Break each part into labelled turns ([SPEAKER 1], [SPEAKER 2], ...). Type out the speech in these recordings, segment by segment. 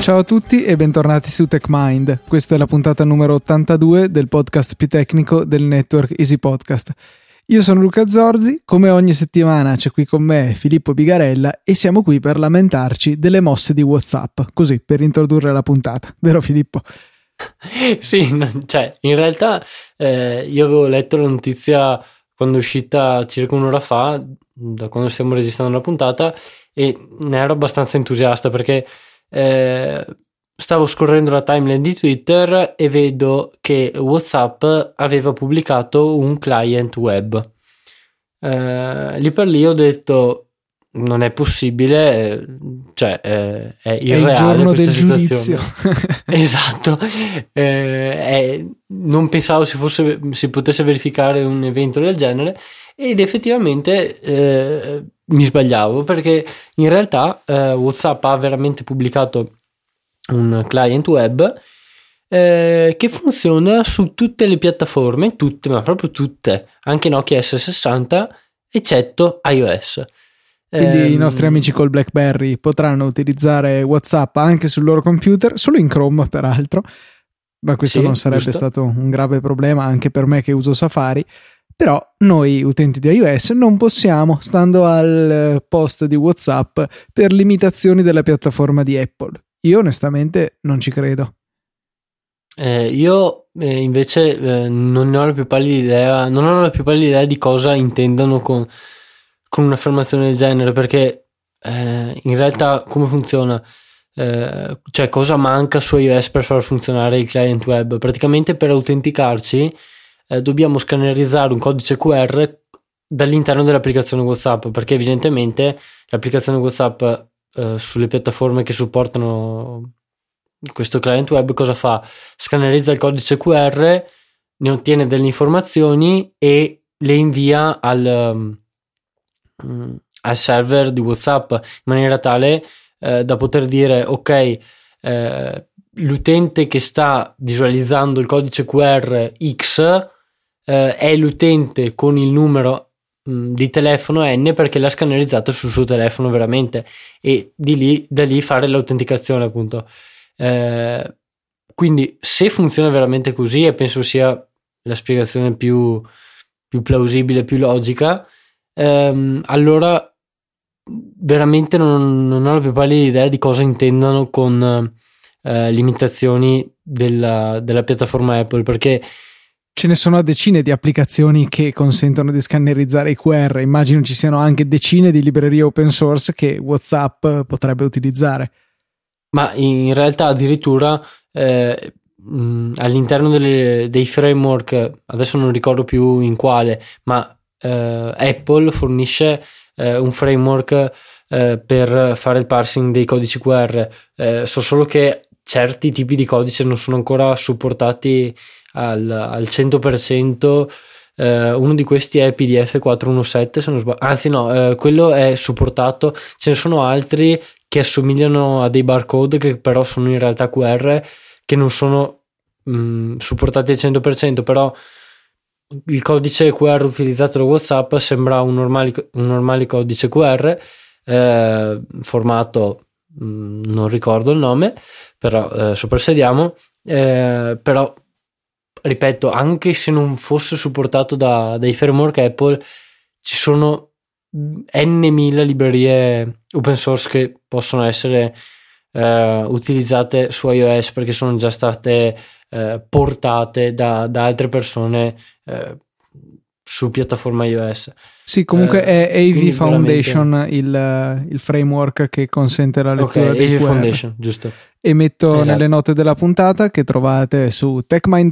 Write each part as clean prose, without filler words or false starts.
[SPEAKER 1] Ciao a tutti e bentornati su TechMind. Questa è la puntata numero 82 del podcast più tecnico del network Easy Podcast. Io sono Luca Zorzi, come ogni settimana c'è qui con me Filippo Bigarella e siamo qui per lamentarci delle mosse di WhatsApp, così per introdurre la puntata, vero Filippo?
[SPEAKER 2] Sì, cioè in realtà io avevo letto la notizia quando è uscita circa un'ora fa, da quando stiamo registrando la puntata, e ne ero abbastanza entusiasta perché stavo scorrendo la timeline di Twitter e vedo che WhatsApp aveva pubblicato un client web. Lì per lì ho detto non è possibile, cioè è irreale,
[SPEAKER 1] il giorno
[SPEAKER 2] questa
[SPEAKER 1] del
[SPEAKER 2] situazione.
[SPEAKER 1] giudizio.
[SPEAKER 2] Esatto. Non pensavo si potesse verificare un evento del genere, ed effettivamente mi sbagliavo, perché in realtà WhatsApp ha veramente pubblicato un client web che funziona su tutte le piattaforme, tutte, ma proprio tutte, anche Nokia S60, eccetto iOS.
[SPEAKER 1] Quindi i nostri amici col BlackBerry potranno utilizzare WhatsApp anche sul loro computer, solo in Chrome peraltro, ma questo
[SPEAKER 2] sì,
[SPEAKER 1] non sarebbe
[SPEAKER 2] giusto.
[SPEAKER 1] stato un grave problema anche per me che uso Safari. Però noi utenti di iOS non possiamo, stando al post di WhatsApp, per limitazioni della piattaforma di Apple. Io onestamente non ci credo.
[SPEAKER 2] Io invece non ne ho la più pallida idea, non ho la più pallida idea di cosa intendano con un'affermazione del genere, perché in realtà come funziona? Cioè cosa manca su iOS per far funzionare il client web? Praticamente per autenticarci dobbiamo scannerizzare un codice QR dall'interno dell'applicazione WhatsApp, perché evidentemente l'applicazione WhatsApp sulle piattaforme che supportano questo client web cosa fa? Scannerizza il codice QR, ne ottiene delle informazioni e le invia al server di WhatsApp, in maniera tale da poter dire ok, l'utente che sta visualizzando il codice QR X è l'utente con il numero di telefono N, perché l'ha scannerizzato sul suo telefono veramente, e da lì fare l'autenticazione, appunto. Quindi se funziona veramente così, e penso sia la spiegazione più plausibile, più logica, allora veramente non ho la più pallida idea di cosa intendano con limitazioni della piattaforma Apple, perché
[SPEAKER 1] ce ne sono decine di applicazioni che consentono di scannerizzare i QR. Immagino ci siano anche decine di librerie open source che WhatsApp potrebbe utilizzare.
[SPEAKER 2] Ma in realtà addirittura all'interno dei framework, adesso non ricordo più in quale, ma Apple fornisce un framework per fare il parsing dei codici QR. So solo che certi tipi di codice non sono ancora supportati al 100%. Uno di questi è PDF 417, se non sbaglio. Anzi no, quello è supportato. Ce ne sono altri che assomigliano a dei barcode, che però sono in realtà QR, che non sono supportati al 100%, però il codice QR utilizzato da WhatsApp sembra un normale codice QR, formato non ricordo il nome, però soprassediamo, però ripeto, anche se non fosse supportato dai framework Apple, ci sono n.000 librerie open source che possono essere utilizzate su iOS, perché sono già state portate da altre persone su piattaforma iOS.
[SPEAKER 1] Sì, comunque è AV Foundation
[SPEAKER 2] veramente...
[SPEAKER 1] il framework che consente la lettura dei
[SPEAKER 2] AV
[SPEAKER 1] QR.
[SPEAKER 2] Foundation, giusto.
[SPEAKER 1] E metto
[SPEAKER 2] Esatto.
[SPEAKER 1] nelle note della puntata, che trovate su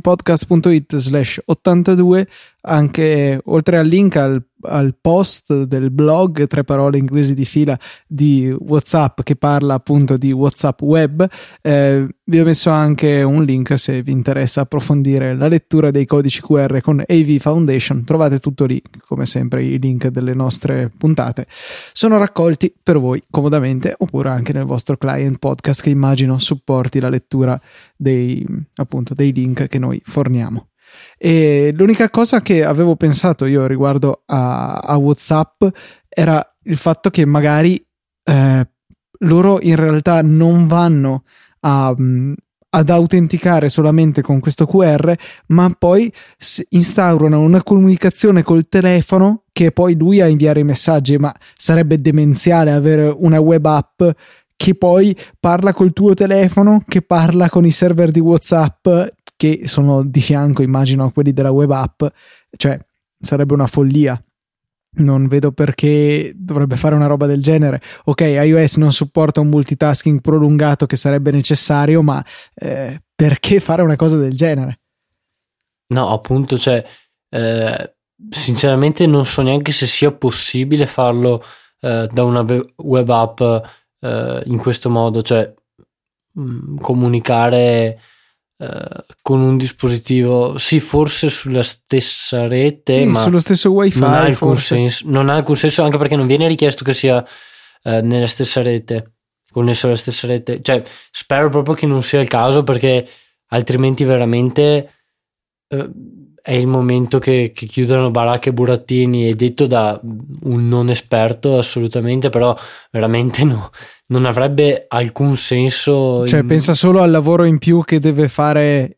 [SPEAKER 1] techmindpodcast.it/82, anche oltre al link al post del blog 3 parole inglesi di fila di WhatsApp, che parla appunto di WhatsApp web. Vi ho messo anche un link se vi interessa approfondire la lettura dei codici QR con AV Foundation. Trovate tutto lì, come sempre i link delle nostre puntate sono raccolti per voi comodamente, oppure anche nel vostro client podcast, che immagino supporti la lettura dei link che noi forniamo. E l'unica cosa che avevo pensato io riguardo a WhatsApp era il fatto che magari loro in realtà non vanno ad autenticare solamente con questo QR, ma poi instaurano una comunicazione col telefono che poi lui a inviare i messaggi. Ma sarebbe demenziale avere una web app che poi parla col tuo telefono, che parla con i server di WhatsApp che sono di fianco, immagino, a quelli della web app. Cioè, sarebbe una follia. Non vedo perché dovrebbe fare una roba del genere. Ok, iOS non supporta un multitasking prolungato che sarebbe necessario, ma perché fare una cosa del genere?
[SPEAKER 2] No, appunto, cioè, sinceramente non so neanche se sia possibile farlo da una web app in questo modo, cioè comunicare con un dispositivo, sì, forse sulla stessa rete,
[SPEAKER 1] sì,
[SPEAKER 2] ma
[SPEAKER 1] sullo stesso wifi
[SPEAKER 2] non ha alcun senso, non ha alcun senso, anche perché non viene richiesto che sia nella stessa rete, connesso alla stessa rete. Cioè, spero proprio che non sia il caso, perché altrimenti veramente è il momento che chiudano baracche e burattini, e detto da un non esperto assolutamente, però veramente no, non avrebbe alcun senso.
[SPEAKER 1] Cioè, pensa solo al lavoro in più che deve fare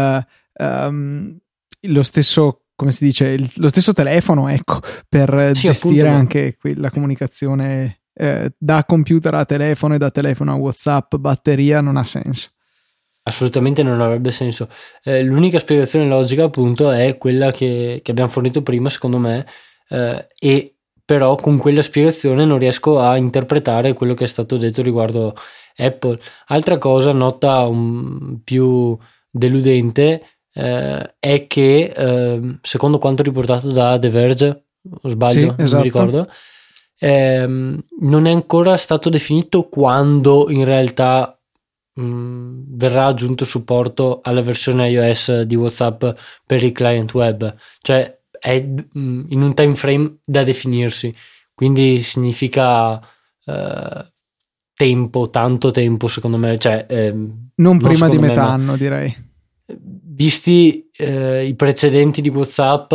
[SPEAKER 1] lo stesso, come si dice, lo stesso telefono, ecco, per
[SPEAKER 2] Sì,
[SPEAKER 1] gestire
[SPEAKER 2] appunto,
[SPEAKER 1] anche la comunicazione da computer a telefono e da telefono a WhatsApp, batteria, non ha senso.
[SPEAKER 2] assolutamente non avrebbe senso. L'unica spiegazione logica, appunto, è quella che abbiamo fornito prima, secondo me, e però con quella spiegazione non riesco a interpretare quello che è stato detto riguardo Apple. Altra cosa, nota più deludente, è che secondo quanto riportato da The Verge, o sbaglio,
[SPEAKER 1] Sì,
[SPEAKER 2] non mi
[SPEAKER 1] esatto.
[SPEAKER 2] ricordo, non è ancora stato definito quando in realtà verrà aggiunto supporto alla versione iOS di WhatsApp per il client web, cioè è in un time frame da definirsi, quindi significa tempo, tanto tempo, secondo me, cioè
[SPEAKER 1] Non prima di
[SPEAKER 2] secondo me,
[SPEAKER 1] metà
[SPEAKER 2] ma
[SPEAKER 1] anno, direi.
[SPEAKER 2] visti i precedenti di WhatsApp,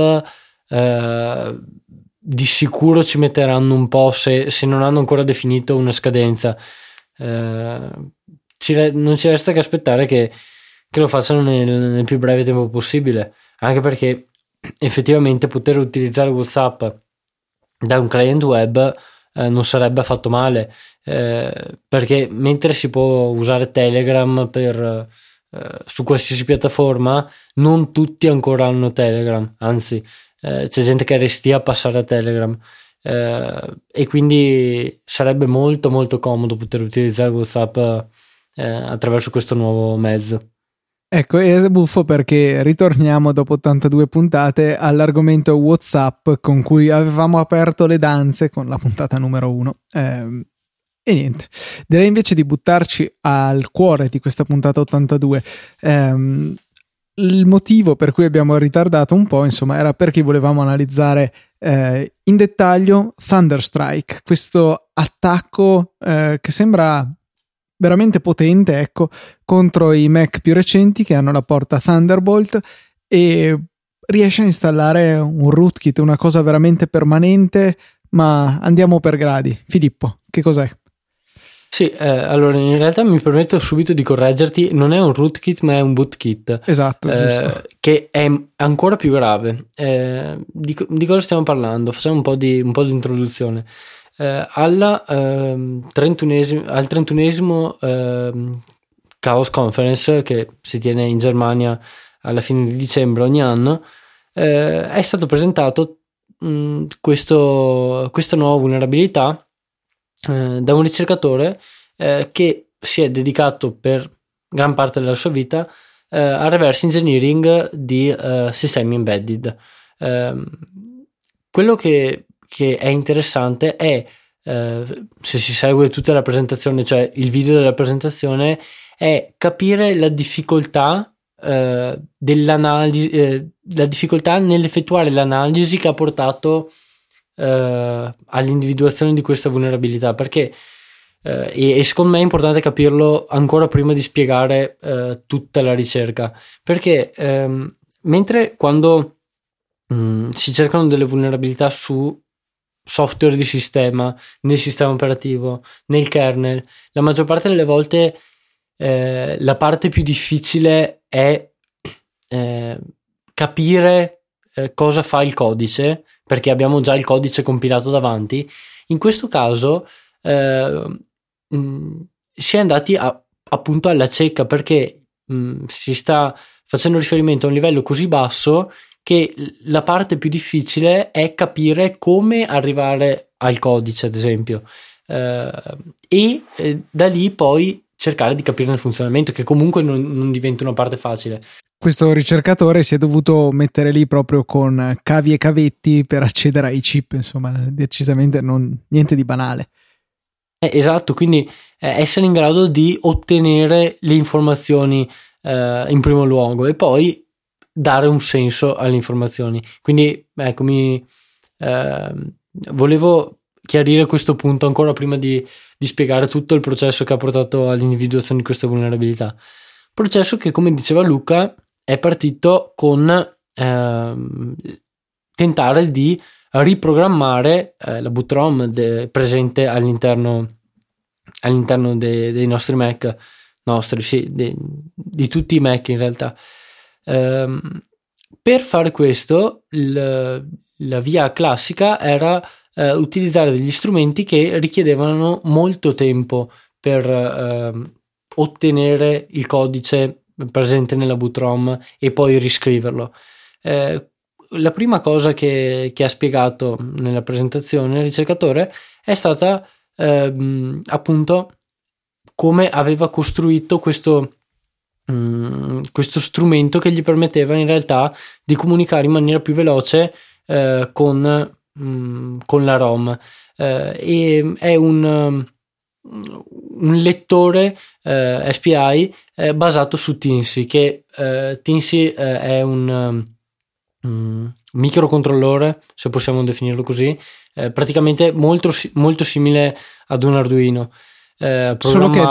[SPEAKER 2] di sicuro ci metteranno un po', se non hanno ancora definito una scadenza. Non ci resta che aspettare che lo facciano nel più breve tempo possibile, anche perché effettivamente poter utilizzare WhatsApp da un client web non sarebbe affatto male, perché mentre si può usare Telegram su qualsiasi piattaforma, non tutti ancora hanno Telegram, anzi c'è gente che restia a passare a Telegram, e quindi sarebbe molto molto comodo poter utilizzare WhatsApp attraverso questo nuovo mezzo.
[SPEAKER 1] Ecco, è buffo perché ritorniamo dopo 82 puntate all'argomento WhatsApp con cui avevamo aperto le danze con la puntata numero 1. E niente, direi invece di buttarci al cuore di questa puntata 82. Il motivo per cui abbiamo ritardato un po', insomma, era perché volevamo analizzare in dettaglio Thunderstrike, questo attacco che sembra veramente potente, ecco, contro i Mac più recenti che hanno la porta Thunderbolt, e riesce a installare un rootkit, una cosa veramente permanente. Ma andiamo per gradi. Filippo, che cos'è?
[SPEAKER 2] Sì, allora in realtà mi permetto subito di correggerti, non è un rootkit ma è un bootkit.
[SPEAKER 1] Esatto, giusto.
[SPEAKER 2] Che è ancora più grave. Di cosa stiamo parlando? Facciamo un po' di introduzione. Al 31esimo Chaos Conference, che si tiene in Germania alla fine di dicembre ogni anno, è stato presentato questa nuova vulnerabilità da un ricercatore che si è dedicato per gran parte della sua vita al reverse engineering di sistemi embedded. Quello che è interessante è, se si segue tutta la presentazione, cioè il video della presentazione, è capire la difficoltà dell'analisi, la difficoltà nell'effettuare l'analisi che ha portato all'individuazione di questa vulnerabilità, perché e secondo me è importante capirlo ancora prima di spiegare tutta la ricerca, perché mentre quando si cercano delle vulnerabilità su software di sistema, nel sistema operativo, nel kernel, la maggior parte delle volte la parte più difficile è capire cosa fa il codice, perché abbiamo già il codice compilato davanti. In questo caso si è andati appunto alla cieca, perché si sta facendo riferimento a un livello così basso che la parte più difficile è capire come arrivare al codice, ad esempio, e da lì poi cercare di capire il funzionamento, che comunque non diventa una parte facile.
[SPEAKER 1] Questo ricercatore si è dovuto mettere lì proprio con cavi e cavetti per accedere ai chip, insomma, decisamente niente di banale.
[SPEAKER 2] Esatto, quindi essere in grado di ottenere le informazioni in primo luogo e poi dare un senso alle informazioni. Quindi ecco, volevo chiarire questo punto ancora prima di spiegare tutto il processo che ha portato all'individuazione di questa vulnerabilità. Processo che, come diceva Luca, è partito con tentare di riprogrammare la boot ROM presente all'interno dei nostri Mac, di tutti i Mac in realtà. Per fare questo la via classica era utilizzare degli strumenti che richiedevano molto tempo per ottenere il codice presente nella boot ROM e poi riscriverlo. La prima cosa che ha spiegato nella presentazione il ricercatore è stata appunto come aveva costruito questo strumento che gli permetteva in realtà di comunicare in maniera più veloce con la ROM, e è un lettore SPI basato su Teensy, che Teensy è un microcontrollore, se possiamo definirlo così, praticamente molto simile ad un Arduino,
[SPEAKER 1] solo che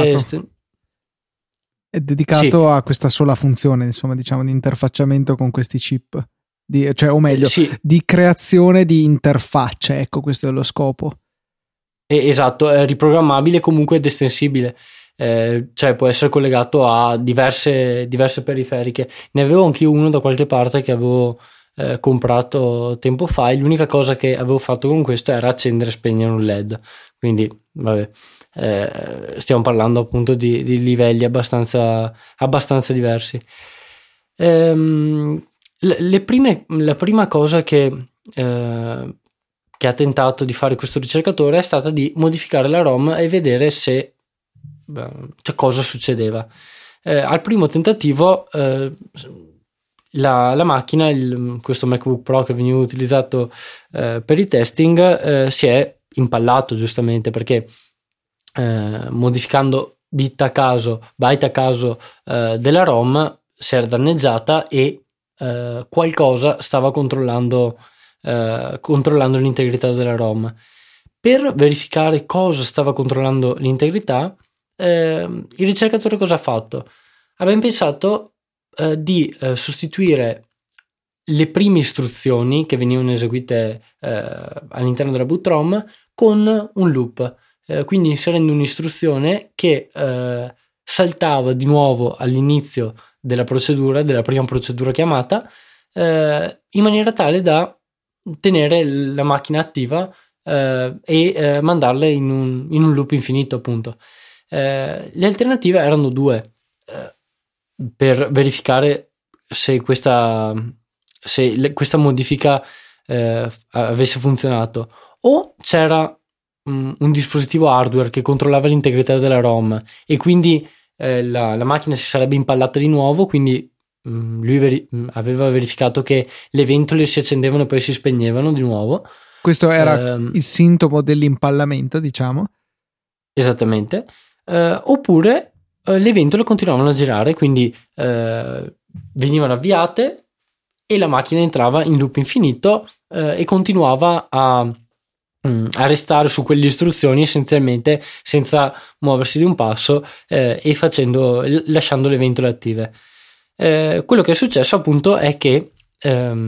[SPEAKER 1] è dedicato
[SPEAKER 2] sì,
[SPEAKER 1] a questa sola funzione, insomma, diciamo, di interfacciamento con questi chip, o meglio,
[SPEAKER 2] sì,
[SPEAKER 1] di creazione di interfacce. Ecco, questo è lo scopo.
[SPEAKER 2] esatto, è riprogrammabile comunque ed estensibile, cioè può essere collegato a diverse periferiche. Ne avevo anch'io uno da qualche parte che avevo comprato tempo fa, e l'unica cosa che avevo fatto con questo era accendere e spegnere un LED, quindi vabbè, stiamo parlando appunto di livelli abbastanza diversi. La prima cosa che ha tentato di fare questo ricercatore è stata di modificare la ROM e vedere cioè cosa succedeva. Al primo tentativo la macchina, questo MacBook Pro che veniva utilizzato per i testing, si è impallato, giustamente, perché modificando byte a caso della ROM si era danneggiata e qualcosa stava controllando l'integrità della ROM. Per verificare cosa stava controllando l'integrità, il ricercatore cosa ha fatto? Abbiamo pensato di sostituire le prime istruzioni che venivano eseguite all'interno della boot ROM con un loop, quindi inserendo un'istruzione che saltava di nuovo all'inizio della prima procedura chiamata, in maniera tale da tenere la macchina attiva e mandarla in un loop infinito, appunto. Le alternative erano due per verificare se questa modifica avesse funzionato: o c'era un dispositivo hardware che controllava l'integrità della ROM e quindi la macchina si sarebbe impallata di nuovo, quindi lui aveva verificato che le ventole si accendevano e poi si spegnevano di nuovo.
[SPEAKER 1] Questo era il sintomo dell'impallamento, diciamo.
[SPEAKER 2] Esattamente. Oppure le ventole continuavano a girare, quindi venivano avviate e la macchina entrava in loop infinito e continuava a restare su quelle istruzioni essenzialmente senza muoversi di un passo e lasciando le ventole attive. Quello che è successo appunto è che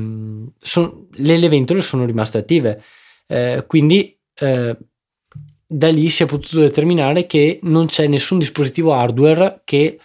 [SPEAKER 2] le ventole sono rimaste attive, quindi da lì si è potuto determinare che non c'è nessun dispositivo hardware che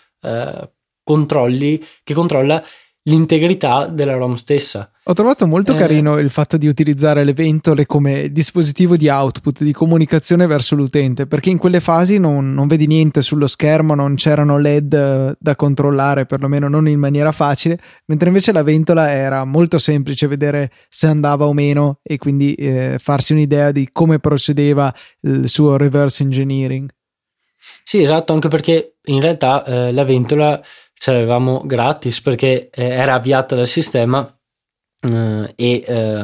[SPEAKER 2] controlla l'integrità della ROM stessa.
[SPEAKER 1] Ho trovato molto carino il fatto di utilizzare le ventole come dispositivo di output, di comunicazione verso l'utente, perché in quelle fasi non vedi niente sullo schermo, non c'erano LED da controllare, perlomeno non in maniera facile, mentre invece la ventola era molto semplice vedere se andava o meno e quindi farsi un'idea di come procedeva il suo reverse engineering.
[SPEAKER 2] Sì, esatto, anche perché in realtà la ventola ce l'avevamo gratis perché era avviata dal sistema e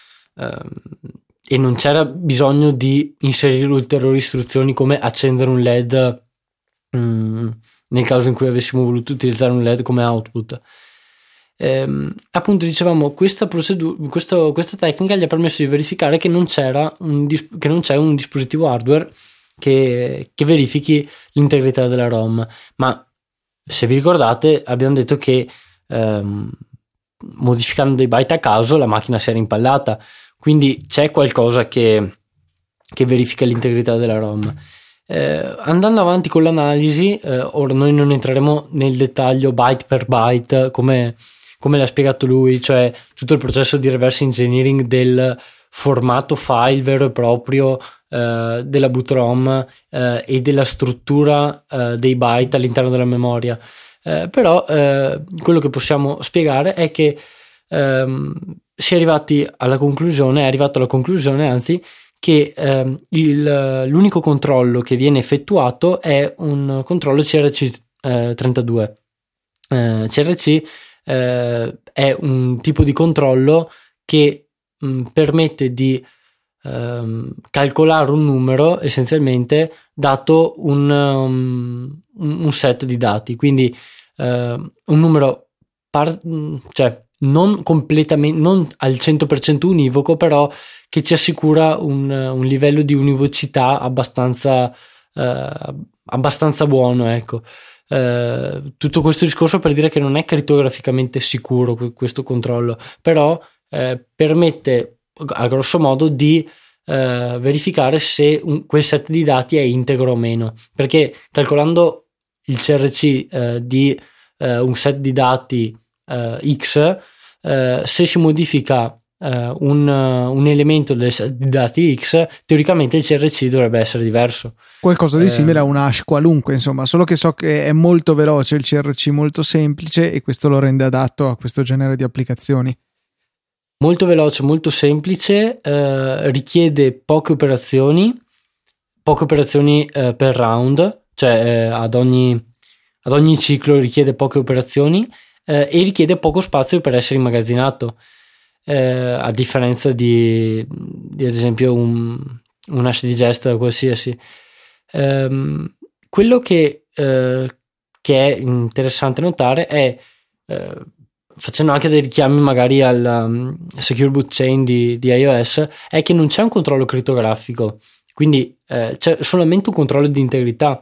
[SPEAKER 2] non c'era bisogno di inserire ulteriori istruzioni come accendere un LED nel caso in cui avessimo voluto utilizzare un LED come output. Appunto dicevamo, questa tecnica gli ha permesso di verificare che non c'è un dispositivo hardware che verifichi l'integrità della ROM, ma se vi ricordate abbiamo detto che modificando dei byte a caso la macchina si era impallata, quindi c'è qualcosa che verifica l'integrità della ROM. Andando avanti con l'analisi, ora noi non entreremo nel dettaglio byte per byte come l'ha spiegato lui, cioè tutto il processo di reverse engineering del formato file vero e proprio della boot ROM e della struttura dei byte all'interno della memoria. Però quello che possiamo spiegare è che è arrivato alla conclusione anzi che l'unico controllo che viene effettuato è un controllo CRC32. CRC è un tipo di controllo che permette di calcolare un numero essenzialmente dato un set di dati, quindi un numero cioè non completamente, non al 100% univoco, però che ci assicura un livello di univocità abbastanza buono, ecco. Tutto questo discorso per dire che non è crittograficamente sicuro questo controllo, però permette a grosso modo di verificare se quel set di dati è integro o meno, perché calcolando il CRC di un set di dati X, se si modifica un elemento del set di dati X, teoricamente il CRC dovrebbe essere diverso.
[SPEAKER 1] Qualcosa di simile a un hash qualunque, insomma, solo che so che è molto veloce il CRC, molto semplice, e questo lo rende adatto a questo genere di applicazioni.
[SPEAKER 2] Molto veloce, molto semplice, richiede poche operazioni per round, cioè ad ogni ciclo richiede poche operazioni e richiede poco spazio per essere immagazzinato, a differenza di ad esempio un hash digest qualsiasi. Quello che è interessante notare è, facendo anche dei richiami magari al Secure Boot Chain di iOS, è che non c'è un controllo crittografico, quindi c'è solamente un controllo di integrità,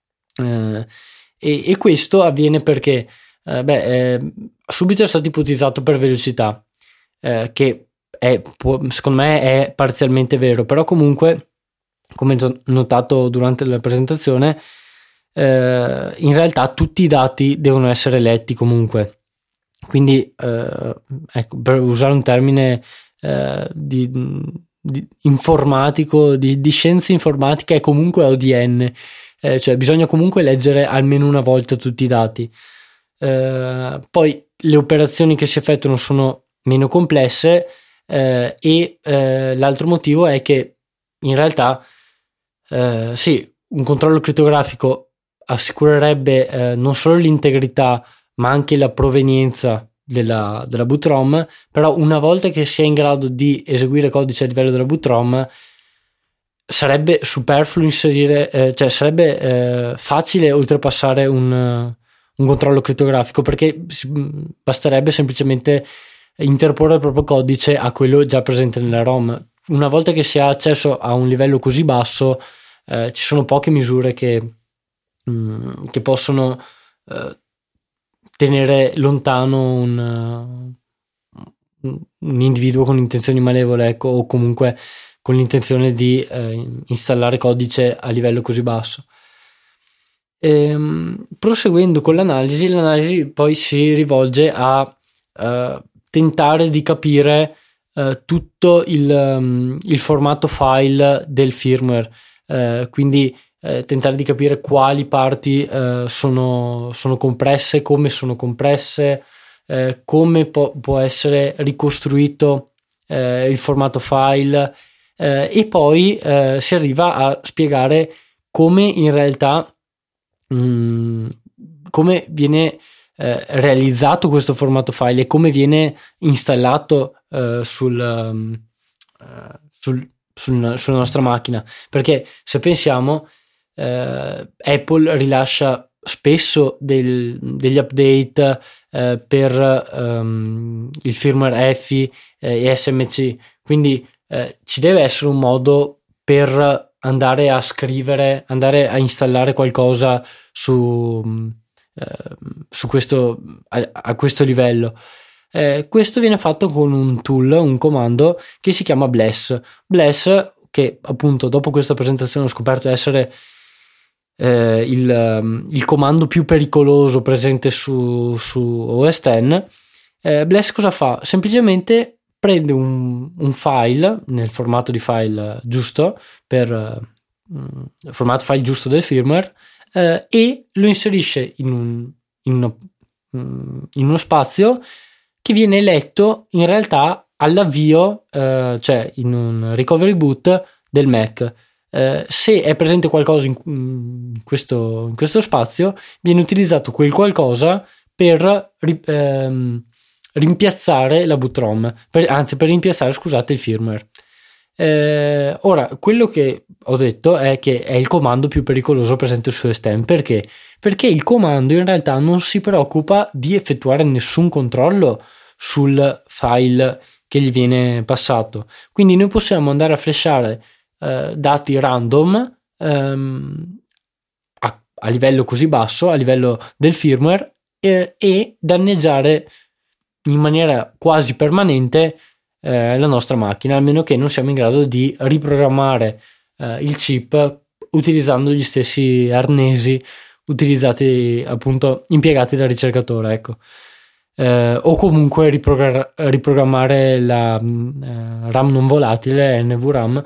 [SPEAKER 2] e questo avviene perché subito è stato ipotizzato per velocità, che secondo me è parzialmente vero, però comunque, come notato durante la presentazione, in realtà tutti i dati devono essere letti comunque. Quindi ecco, per usare un termine di informatico, di scienze informatiche, è comunque ODN, cioè bisogna comunque leggere almeno una volta tutti i dati. Poi le operazioni che si effettuano sono meno complesse, e l'altro motivo è che in realtà sì, un controllo crittografico assicurerebbe non solo l'integrità ma anche la provenienza della boot ROM, però una volta che si è in grado di eseguire codice a livello della boot ROM sarebbe superfluo inserire, cioè sarebbe facile oltrepassare un controllo crittografico, perché basterebbe semplicemente interporre il proprio codice a quello già presente nella ROM. Una volta che si ha accesso a un livello così basso, ci sono poche misure che possono tenere lontano un individuo con intenzioni malevole, ecco, o comunque con l'intenzione di installare codice a livello così basso. Proseguendo con l'analisi poi si rivolge a tentare di capire tutto il formato file del firmware, quindi tentare di capire quali parti sono compresse, come sono compresse, come può essere ricostruito il formato file, e poi si arriva a spiegare come in realtà come viene realizzato questo formato file e come viene installato sulla nostra macchina, perché se pensiamo Apple rilascia spesso degli update per il firmware EFI e SMC, quindi ci deve essere un modo per andare a scrivere, andare a installare qualcosa su questo, a questo livello. Questo viene fatto con un tool, un comando che si chiama Bless, che appunto dopo questa presentazione ho scoperto essere il comando più pericoloso presente su OS X. Bless cosa fa? Semplicemente prende un file nel formato di file giusto, per formato file giusto del firmware, e lo inserisce in uno spazio che viene letto in realtà all'avvio, cioè in un recovery boot del Mac. Se è presente qualcosa in questo spazio, viene utilizzato quel qualcosa per rimpiazzare la boot ROM, per rimpiazzare, scusate, il firmware. Ora, quello che ho detto è che è il comando più pericoloso presente su OS X. Perché il comando in realtà non si preoccupa di effettuare nessun controllo sul file che gli viene passato, quindi noi possiamo andare a flashare dati random a livello così basso, a livello del firmware, e danneggiare in maniera quasi permanente la nostra macchina, a meno che non siamo in grado di riprogrammare il chip utilizzando gli stessi arnesi utilizzati, appunto, impiegati dal ricercatore, ecco. O comunque riprogrammare la RAM non volatile, NVRAM,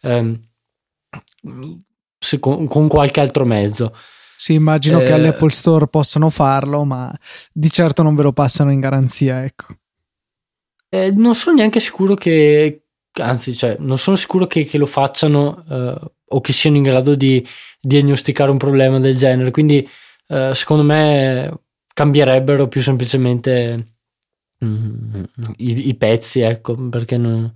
[SPEAKER 2] con qualche altro mezzo.
[SPEAKER 1] Sì, immagino che all'Apple Store possano farlo, ma di certo non ve lo passano in garanzia, ecco.
[SPEAKER 2] Non sono neanche sicuro non sono sicuro che lo facciano o che siano in grado di diagnosticare un problema del genere, quindi secondo me cambierebbero più semplicemente i pezzi, ecco, perché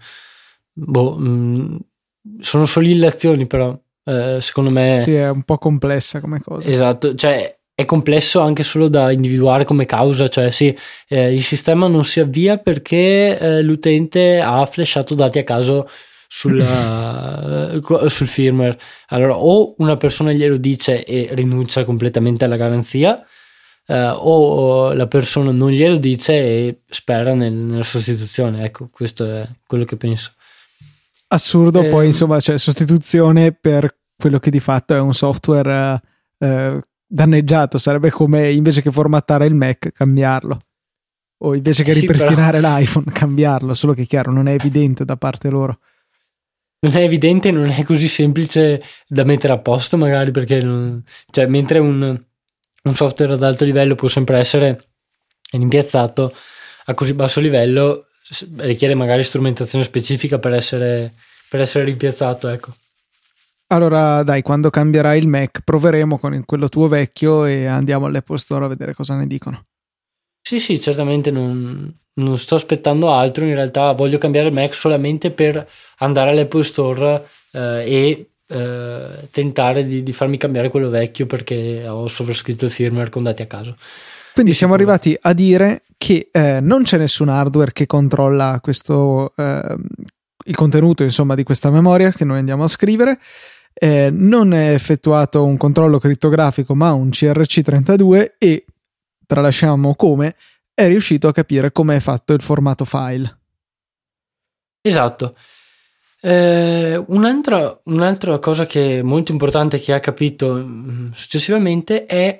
[SPEAKER 2] sono solo illazioni, però secondo me
[SPEAKER 1] sì, è un po' complessa come cosa.
[SPEAKER 2] Esatto, cioè è complesso anche solo da individuare come causa, cioè sì, il sistema non si avvia perché l'utente ha flashato dati a caso sul firmware. Allora, o una persona glielo dice e rinuncia completamente alla garanzia, o la persona non glielo dice e spera nella sostituzione. Ecco, questo è quello che penso.
[SPEAKER 1] Assurdo, poi insomma, cioè sostituzione per quello che di fatto è un software danneggiato. Sarebbe come invece che formattare il Mac, cambiarlo, o invece che ripristinare l'iPhone, cambiarlo, solo che chiaro non è evidente da parte loro.
[SPEAKER 2] Non è evidente, non è così semplice da mettere a posto, magari, perché cioè, mentre un software ad alto livello può sempre essere rimpiazzato, a così basso livello richiede magari strumentazione specifica per essere rimpiazzato, ecco.
[SPEAKER 1] Allora dai, quando cambierai il Mac proveremo con quello tuo vecchio e andiamo all'Apple Store a vedere cosa ne dicono.
[SPEAKER 2] Sì, certamente non sto aspettando altro. In realtà voglio cambiare il Mac solamente per andare all'Apple Store e tentare di farmi cambiare quello vecchio, perché ho sovrascritto il firmware con dati a caso.
[SPEAKER 1] Quindi siamo arrivati a dire che non c'è nessun hardware che controlla questo il contenuto, insomma, di questa memoria che noi andiamo a scrivere. Non è effettuato un controllo crittografico, ma un CRC32, e tralasciamo come è riuscito a capire come è fatto il formato file.
[SPEAKER 2] Esatto. Un'altra cosa che è molto importante che ha capito successivamente è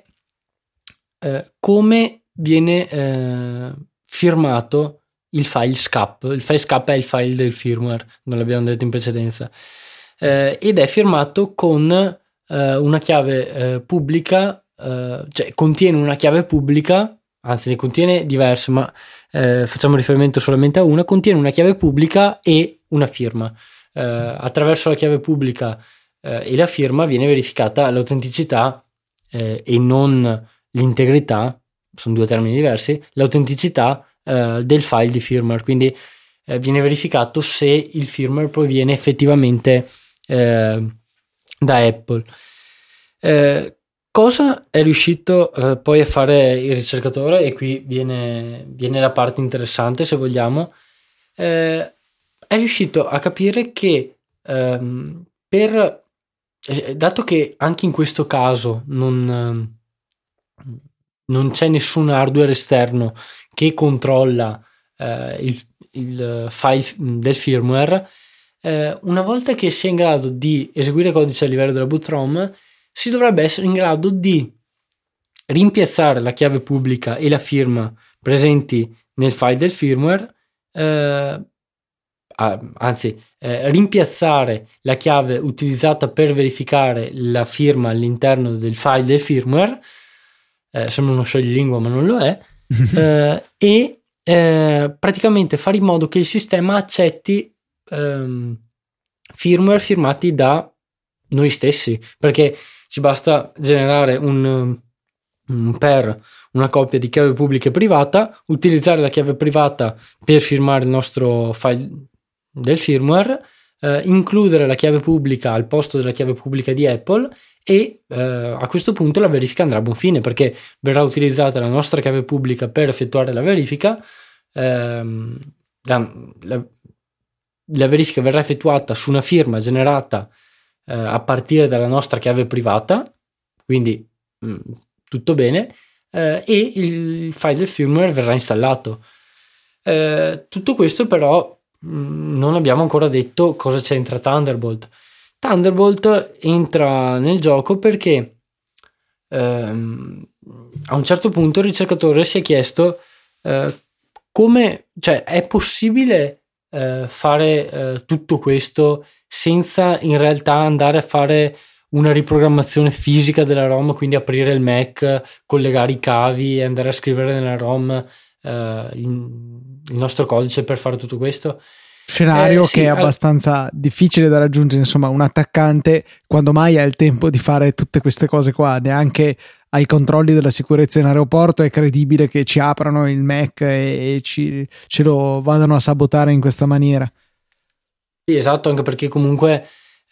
[SPEAKER 2] come viene firmato il file SCAP. Il file SCAP è il file del firmware, non l'abbiamo detto in precedenza, ed è firmato con una chiave pubblica, cioè contiene una chiave pubblica, anzi ne contiene diverse, ma facciamo riferimento solamente a una. Contiene una chiave pubblica e una firma. Attraverso la chiave pubblica e la firma viene verificata l'autenticità e non l'integrità, sono due termini diversi, l'autenticità del file di firmware, quindi viene verificato se il firmware proviene effettivamente da Apple. Cosa è riuscito poi a fare il ricercatore, e qui viene la parte interessante, se vogliamo. È riuscito a capire che dato che anche in questo caso non c'è nessun hardware esterno che controlla il file del firmware, una volta che si è in grado di eseguire codice a livello della boot ROM, si dovrebbe essere in grado di rimpiazzare la chiave pubblica e la firma presenti nel file del firmware, rimpiazzare la chiave utilizzata per verificare la firma all'interno del file del firmware, sembra uno scioglilingua ma non lo è, e praticamente fare in modo che il sistema accetti firmware firmati da noi stessi, perché ci basta generare una copia di chiave pubblica e privata, utilizzare la chiave privata per firmare il nostro file del firmware, includere la chiave pubblica al posto della chiave pubblica di Apple, e a questo punto la verifica andrà a buon fine, perché verrà utilizzata la nostra chiave pubblica per effettuare la verifica. La verifica verrà effettuata su una firma generata a partire dalla nostra chiave privata, quindi tutto bene, e il file del firmware verrà installato. Tutto questo però non abbiamo ancora detto cosa c'entra Thunderbolt. Thunderbolt entra nel gioco perché a un certo punto il ricercatore si è chiesto come, cioè, è possibile fare tutto questo senza in realtà andare a fare una riprogrammazione fisica della ROM, quindi aprire il Mac, collegare i cavi e andare a scrivere nella ROM il nostro codice per fare tutto questo.
[SPEAKER 1] Scenario sì, che è abbastanza difficile da raggiungere. Insomma, un attaccante quando mai ha il tempo di fare tutte queste cose qua? Neanche ai controlli della sicurezza in aeroporto è credibile che ci aprano il Mac e ce lo vadano a sabotare in questa maniera.
[SPEAKER 2] Sì, esatto, anche perché comunque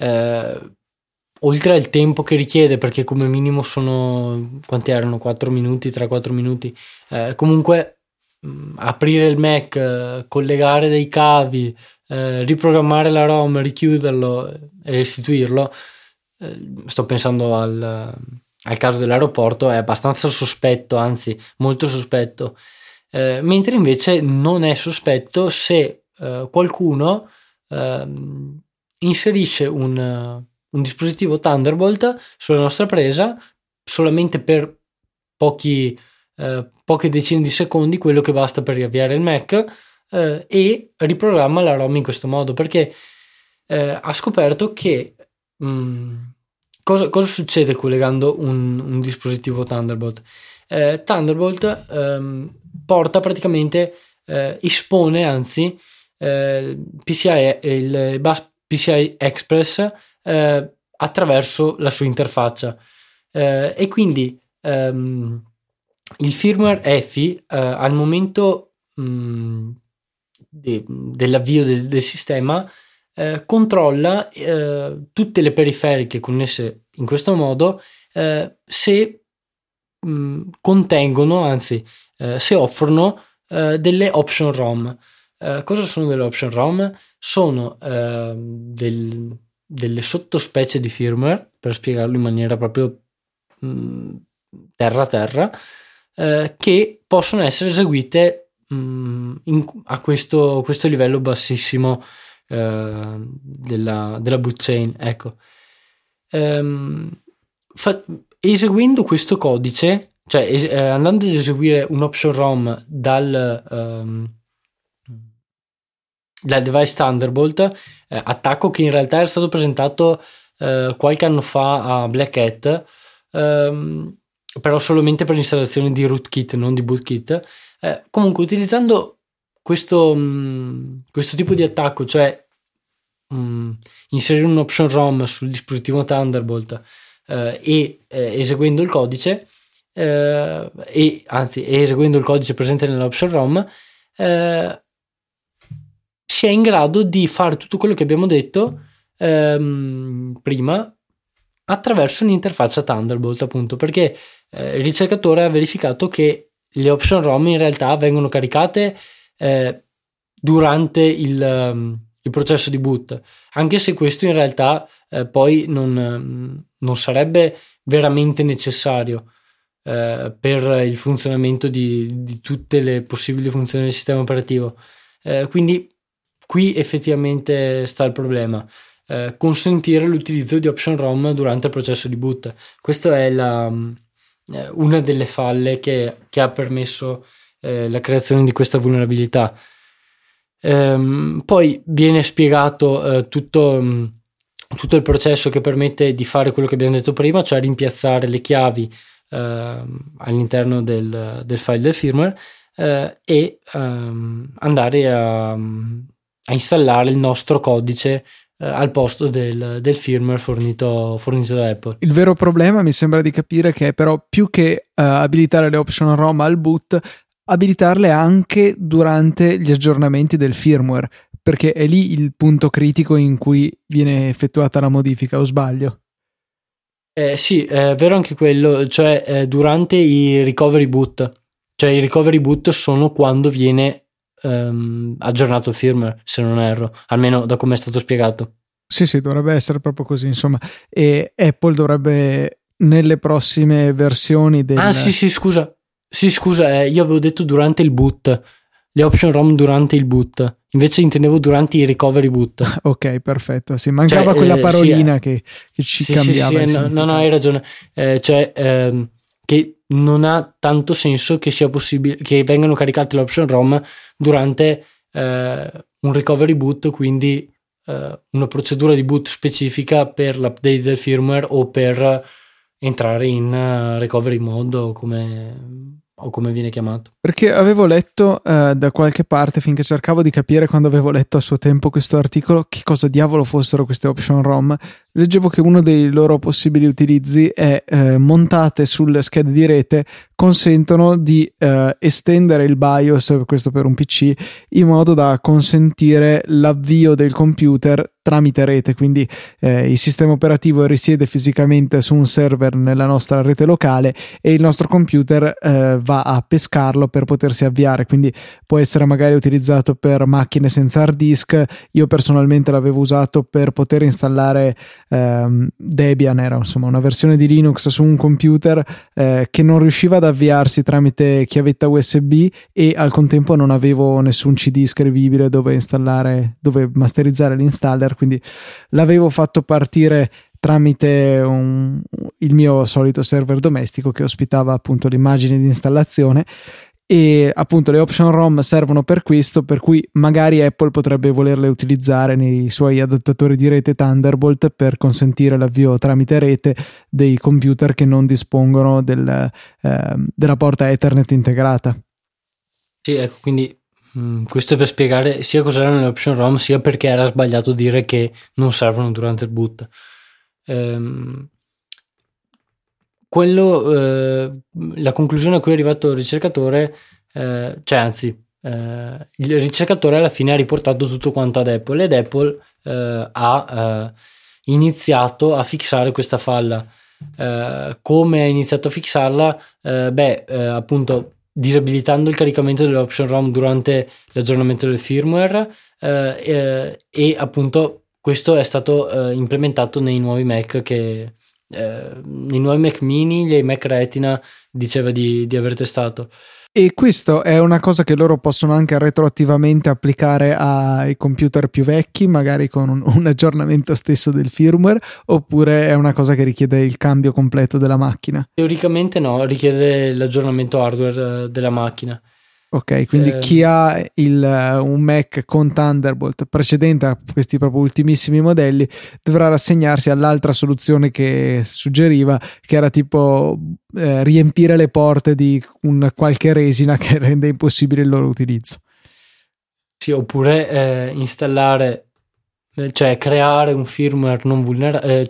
[SPEAKER 2] oltre al tempo che richiede, perché come minimo sono, quanti erano? 4 minuti, 3-4 minuti, comunque aprire il Mac, collegare dei cavi, riprogrammare la ROM, richiuderlo e restituirlo, sto pensando al caso dell'aeroporto, è abbastanza sospetto, anzi molto sospetto, mentre invece non è sospetto se qualcuno inserisce un dispositivo Thunderbolt sulla nostra presa solamente per poche decine di secondi, quello che basta per riavviare il Mac, e riprogramma la ROM in questo modo, perché ha scoperto che cosa succede collegando un dispositivo Thunderbolt. Thunderbolt porta praticamente, espone anzi PCI, il bus PCI Express attraverso la sua interfaccia, e quindi il firmware EFI al momento dell'avvio del sistema controlla tutte le periferiche connesse in questo modo, se contengono, anzi se offrono delle option ROM. Cosa sono delle option ROM? Sono delle sottospecie di firmware, per spiegarlo in maniera proprio terra, che possono essere eseguite a questo livello bassissimo della boot chain, ecco. Eseguendo questo codice, cioè andando ad eseguire un option ROM dal device Thunderbolt, attacco che in realtà era stato presentato qualche anno fa a Black Hat, però solamente per l'installazione di rootkit, non di bootkit. Comunque, utilizzando questo tipo di attacco, cioè inserire un option ROM sul dispositivo Thunderbolt e eseguendo il codice, eseguendo il codice presente nell'option ROM, si è in grado di fare tutto quello che abbiamo detto prima attraverso un'interfaccia Thunderbolt, appunto, perché il ricercatore ha verificato che le option ROM in realtà vengono caricate durante il processo di boot, anche se questo in realtà poi non sarebbe veramente necessario per il funzionamento di tutte le possibili funzioni del sistema operativo. Quindi qui effettivamente sta il problema. Consentire l'utilizzo di option ROM durante il processo di boot. Questa è una delle falle che ha permesso la creazione di questa vulnerabilità. Poi viene spiegato tutto il processo che permette di fare quello che abbiamo detto prima, cioè rimpiazzare le chiavi all'interno del file del firmware e andare a installare il nostro codice al posto del firmware fornito da Apple.
[SPEAKER 1] Il vero problema mi sembra di capire che è però più che abilitare le option ROM al boot, abilitarle anche durante gli aggiornamenti del firmware, perché è lì il punto critico in cui viene effettuata la modifica, o sbaglio?
[SPEAKER 2] Sì, è vero anche quello, cioè durante i recovery boot. Cioè i recovery boot sono quando viene aggiornato il firmware, se non erro, almeno da come è stato spiegato.
[SPEAKER 1] Sì, dovrebbe essere proprio così, insomma. E Apple dovrebbe nelle prossime versioni
[SPEAKER 2] Sì, scusa, io avevo detto durante il boot, le option ROM durante il boot, invece intendevo durante i recovery boot.
[SPEAKER 1] Ok, perfetto, sì, mancava quella parolina che ci cambiava.
[SPEAKER 2] Sì, no, hai ragione, che non ha tanto senso che sia possibile che vengano caricate le option ROM durante un recovery boot, quindi una procedura di boot specifica per l'update del firmware o per entrare in recovery mode o come viene chiamato.
[SPEAKER 1] Perché avevo letto da qualche parte, finché cercavo di capire, quando avevo letto a suo tempo questo articolo, che cosa diavolo fossero queste option ROM. Leggevo che uno dei loro possibili utilizzi è montate sulle schede di rete, consentono di estendere il BIOS, questo per un PC, in modo da consentire l'avvio del computer tramite rete, quindi il sistema operativo risiede fisicamente su un server nella nostra rete locale e il nostro computer va a pescarlo per potersi avviare, quindi può essere magari utilizzato per macchine senza hard disk. Io personalmente l'avevo usato per poter installare Debian, era insomma una versione di Linux su un computer che non riusciva ad avviarsi tramite chiavetta USB e al contempo non avevo nessun CD scrivibile dove masterizzare l'installer, quindi l'avevo fatto partire tramite il mio solito server domestico che ospitava appunto l'immagine di installazione. E appunto le option ROM servono per questo, per cui magari Apple potrebbe volerle utilizzare nei suoi adattatori di rete Thunderbolt per consentire l'avvio tramite rete dei computer che non dispongono della porta Ethernet integrata.
[SPEAKER 2] Sì, ecco, quindi questo è per spiegare sia cos'erano le option ROM, sia perché era sbagliato dire che non servono durante il boot. La conclusione a cui è arrivato il ricercatore, il ricercatore alla fine ha riportato tutto quanto ad Apple ed Apple ha iniziato a fissare questa falla. Come ha iniziato a fissarla? Appunto disabilitando il caricamento delle option ROM durante l'aggiornamento del firmware e appunto questo è stato implementato nei nuovi Mac nei nuovi Mac mini, nei Mac Retina diceva di aver testato.
[SPEAKER 1] E questo è una cosa che loro possono anche retroattivamente applicare ai computer più vecchi, magari con un aggiornamento stesso del firmware, oppure è una cosa che richiede il cambio completo della macchina?
[SPEAKER 2] Teoricamente no, richiede l'aggiornamento hardware della macchina.
[SPEAKER 1] Ok, quindi chi ha un Mac con Thunderbolt precedente a questi proprio ultimissimi modelli dovrà rassegnarsi all'altra soluzione che suggeriva, che era tipo riempire le porte di qualche resina che rende impossibile il loro utilizzo.
[SPEAKER 2] Sì, oppure installare, cioè creare un firmware non vulnerabile,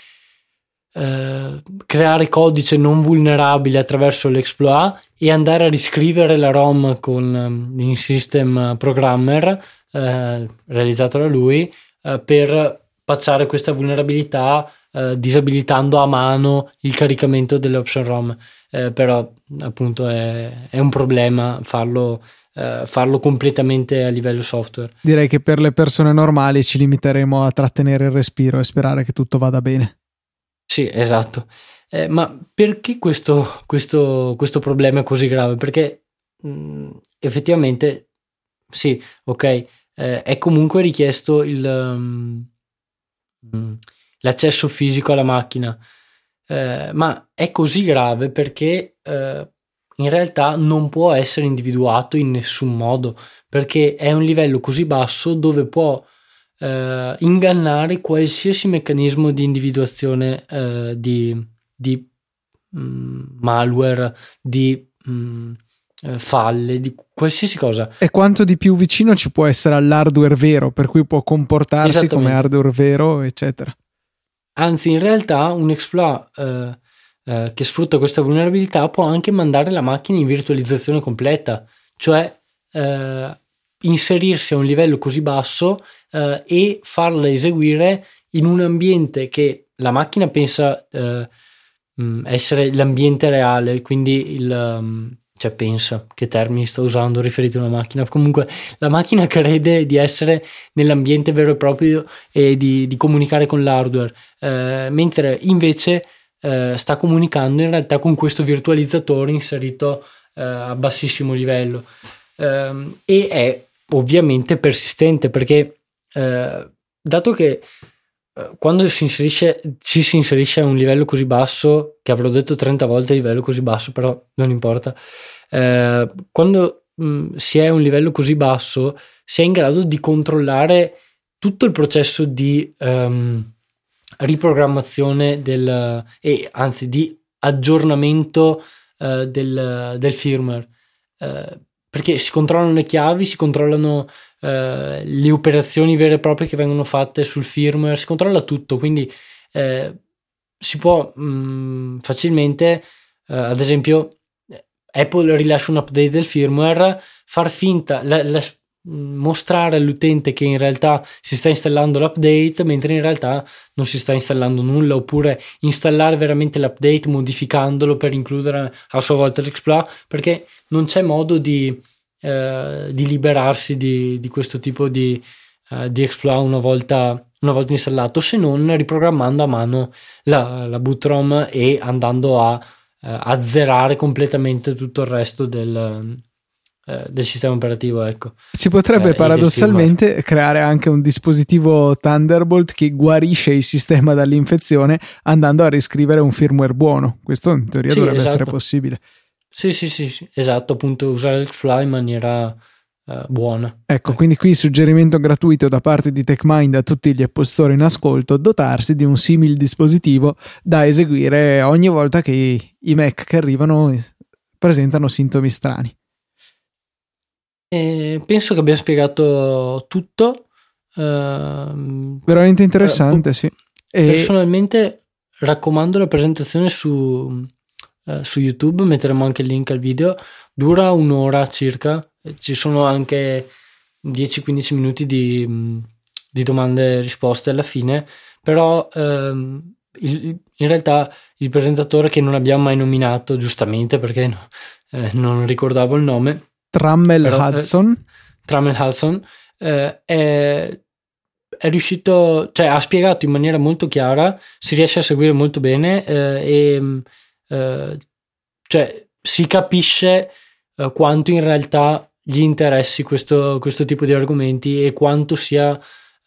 [SPEAKER 2] creare codice non vulnerabile attraverso l'exploit e andare a riscrivere la ROM con il system programmer realizzato da lui per patchare questa vulnerabilità disabilitando a mano il caricamento delle option ROM, però appunto è un problema farlo completamente a livello software.
[SPEAKER 1] Direi che per le persone normali ci limiteremo a trattenere il respiro e sperare che tutto vada bene.
[SPEAKER 2] Sì, esatto. Ma perché questo problema è così grave? Perché effettivamente, sì, ok, è comunque richiesto l'accesso fisico alla macchina, ma è così grave perché in realtà non può essere individuato in nessun modo, perché è un livello così basso dove può ingannare qualsiasi meccanismo di individuazione di malware, di falle, di qualsiasi cosa.
[SPEAKER 1] E quanto di più vicino ci può essere all'hardware vero, per cui può comportarsi come hardware vero, eccetera.
[SPEAKER 2] Anzi, in realtà un exploit che sfrutta questa vulnerabilità può anche mandare la macchina in virtualizzazione completa, cioè inserirsi a un livello così basso e farla eseguire in un ambiente che la macchina pensa essere l'ambiente reale, quindi cioè pensa, che termini sto usando riferito a una macchina, comunque la macchina crede di essere nell'ambiente vero e proprio e di comunicare con l'hardware, mentre invece sta comunicando in realtà con questo virtualizzatore inserito a bassissimo livello, e è ovviamente persistente perché dato che quando ci si inserisce a un livello così basso, che avrò detto 30 volte livello così basso, però non importa, quando si è a un livello così basso si è in grado di controllare tutto il processo di riprogrammazione anzi di aggiornamento del firmware, perché si controllano le chiavi, si controllano le operazioni vere e proprie che vengono fatte sul firmware, si controlla tutto, quindi si può facilmente, ad esempio Apple rilascia un update del firmware, far finta, mostrare all'utente che in realtà si sta installando l'update mentre in realtà non si sta installando nulla, oppure installare veramente l'update modificandolo per includere a sua volta l'exploit, perché non c'è modo di liberarsi di questo tipo di exploit una volta installato, se non riprogrammando a mano la boot ROM e andando a azzerare completamente tutto il resto del sistema operativo, ecco.
[SPEAKER 1] Si potrebbe paradossalmente creare anche un dispositivo Thunderbolt che guarisce il sistema dall'infezione andando a riscrivere un firmware buono. Questo in teoria dovrebbe essere possibile.
[SPEAKER 2] Sì, esatto, appunto, usare l'exploit in maniera buona.
[SPEAKER 1] Ecco, quindi qui il suggerimento gratuito da parte di TechMind a tutti gli Apple Store in ascolto: dotarsi di un simile dispositivo da eseguire ogni volta che i Mac che arrivano presentano sintomi strani.
[SPEAKER 2] Penso che abbia spiegato tutto.
[SPEAKER 1] Veramente interessante, sì.
[SPEAKER 2] Personalmente raccomando la presentazione su YouTube, metteremo anche il link al video, dura un'ora circa, ci sono anche 10-15 minuti di domande e risposte alla fine, però in realtà il presentatore, che non abbiamo mai nominato giustamente perché non ricordavo il nome,
[SPEAKER 1] Trammell Hudson
[SPEAKER 2] è riuscito, cioè ha spiegato in maniera molto chiara, si riesce a seguire molto bene, cioè si capisce quanto in realtà gli interessi questo tipo di argomenti e quanto sia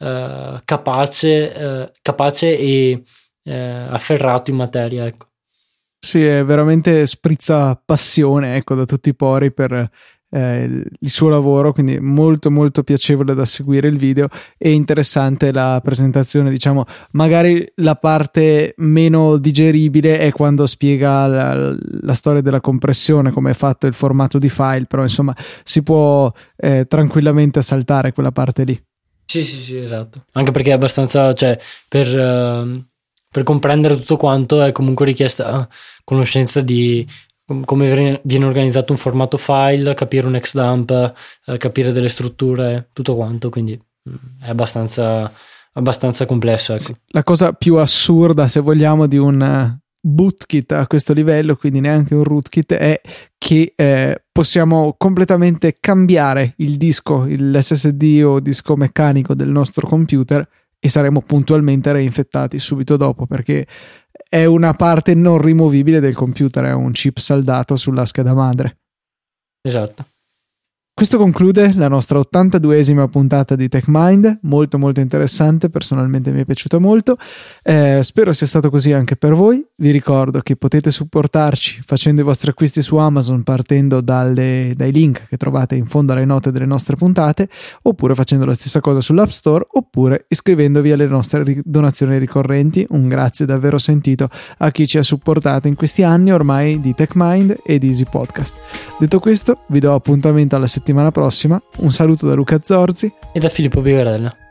[SPEAKER 2] capace e afferrato in materia, ecco.
[SPEAKER 1] Sì, è veramente sprizza passione, ecco, da tutti i pori per il suo lavoro, quindi molto molto piacevole da seguire il video e interessante la presentazione. Diciamo, magari la parte meno digeribile è quando spiega la storia della compressione, come è fatto il formato di file, però insomma si può tranquillamente saltare quella parte lì.
[SPEAKER 2] Sì, esatto, anche perché è abbastanza, cioè per comprendere tutto quanto è comunque richiesta conoscenza di come viene organizzato un formato file, capire un XDump, capire delle strutture, tutto quanto, quindi è abbastanza complesso, ecco.
[SPEAKER 1] La cosa più assurda, se vogliamo, di un bootkit a questo livello, quindi neanche un rootkit, è che possiamo completamente cambiare il disco, l'SSD o disco meccanico del nostro computer e saremo puntualmente reinfettati subito dopo, perché è una parte non rimovibile del computer, è un chip saldato sulla scheda madre.
[SPEAKER 2] Esatto.
[SPEAKER 1] Questo conclude la nostra 82esima puntata di TechMind, molto molto interessante, personalmente mi è piaciuta molto, spero sia stato così anche per voi. Vi ricordo che potete supportarci facendo i vostri acquisti su Amazon partendo dai link che trovate in fondo alle note delle nostre puntate, oppure facendo la stessa cosa sull'App Store, oppure iscrivendovi alle nostre donazioni ricorrenti. Un grazie davvero sentito a chi ci ha supportato in questi anni ormai di TechMind e di Easy Podcast. Detto questo, vi do appuntamento alla settimana prossima. Un saluto da Luca Zorzi
[SPEAKER 2] e da Filippo Bigarella.